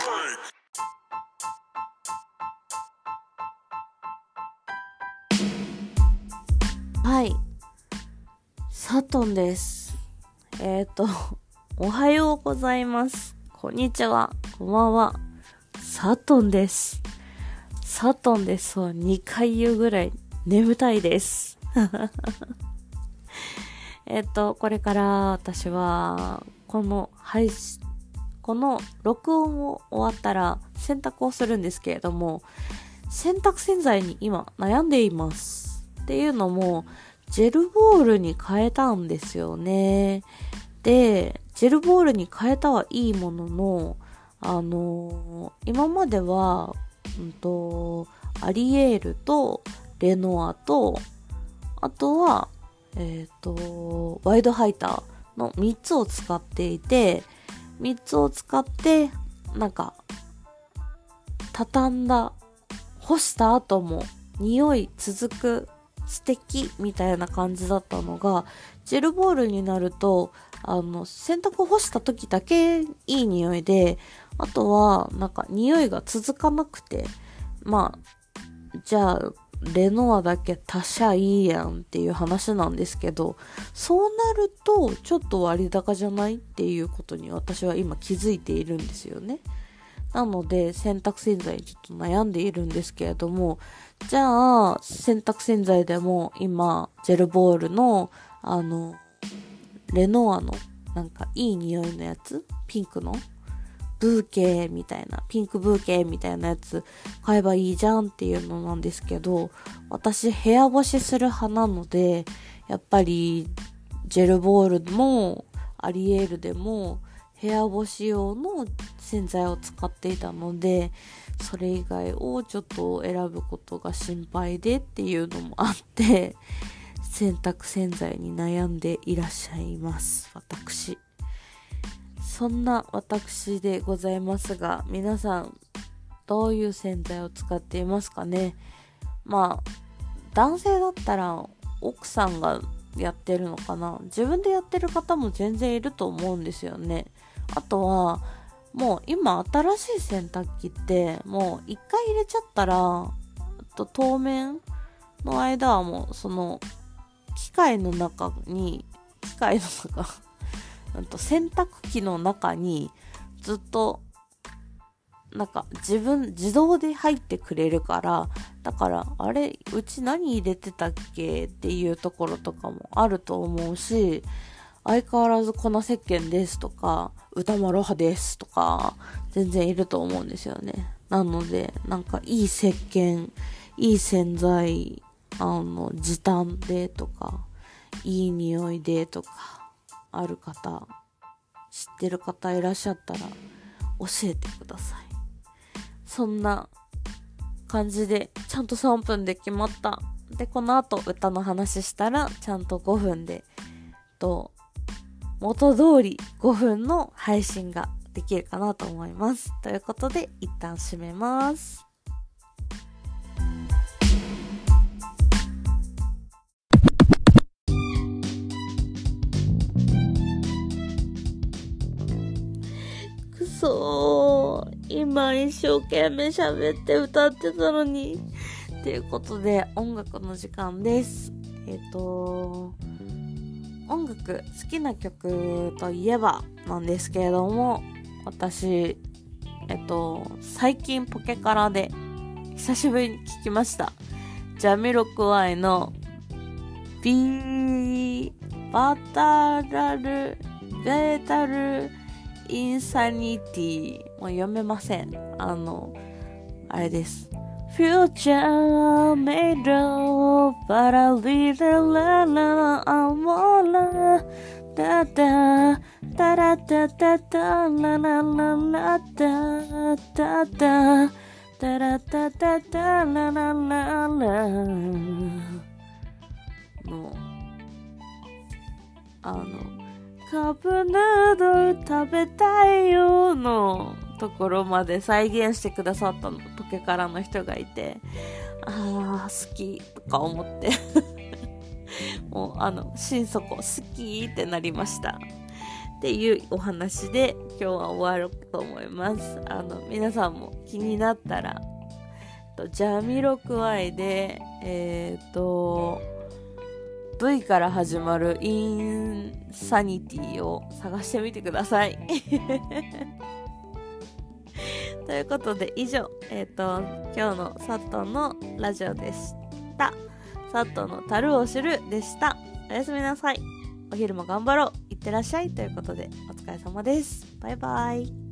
はい、サトンです。おはようございます。こんにちは。こんばんは。サトンです。サトンです。そう、2回言うぐらい眠たいです。これから私は、この録音を終わったら洗濯をするんですけれども、洗濯洗剤に今悩んでいます。っていうのも、ジェルボールに変えたんですよね。で、ジェルボールに変えたはいいものの、今までは、アリエールとレノアと、あとは、ワイドハイターの3つを使っていて、3つを使って、畳んだ、干した後も匂い続く、素敵みたいな感じだったのが、ジェルボールになると、洗濯を干した時だけいい匂いで、あとは、匂いが続かなくて、じゃあ、レノアだけ足しゃいいやんっていう話なんですけど、そうなると、ちょっと割高じゃないっていうことに私は今気づいているんですよね。なので、洗濯洗剤にちょっと悩んでいるんですけれども、じゃあ、洗濯洗剤でも今、ジェルボールの、レノアの、いい匂いのやつ、ピンクのブーケみたいな、ピンクブーケみたいなやつ買えばいいじゃんっていうのなんですけど、私部屋干しする派なので、やっぱりジェルボールもアリエールでも部屋干し用の洗剤を使っていたので、それ以外をちょっと選ぶことが心配でっていうのもあって、洗濯洗剤に悩んでいらっしゃいます、私。そんな私でございますが、皆さんどういう洗剤を使っていますかね。男性だったら奥さんがやってるのかな。自分でやってる方も全然いると思うんですよね。あとはもう今新しい洗濯機ってもう一回入れちゃったら当面の間はもうその機械の中洗濯機の中にずっと自動で入ってくれるから、だからあれうち何入れてたっけっていうところとかもあると思うし、相変わらず粉石鹸ですとか歌マロハですとか全然いると思うんですよね。なのでいい石鹸、いい洗剤、時短でとかいい匂いでとかある方、知ってる方いらっしゃったら教えてください。そんな感じでちゃんと3分で決まった。で、この後歌の話したらちゃんと5分で元通り5分の配信ができるかなと思います。ということで一旦締めます。今一生懸命喋って歌ってたのにということで音楽の時間です。音楽好きな曲といえばなんですけれども、私最近ポケカラで久しぶりに聴きました。ジャミロクワイのバタラルベータルインサニティもう読めません。あれです。Future made of but a little la la amola da da da da da da da la la la la da da da da da da da da la la la la のカブヌードル食べたいよのところまで再現してくださったのポケカラの人がいて、好きとか思ってもう心底好きってなりました。 っていうお話で今日は終わろうと思います。皆さんも気になったらジャミロクワイでV から始まるインサニティを探してみてください。ということで以上、今日のサットンのラジオでした。サットンの樽を知るでした。おやすみなさい。お昼も頑張ろう。いってらっしゃいということでお疲れ様です。バイバイ。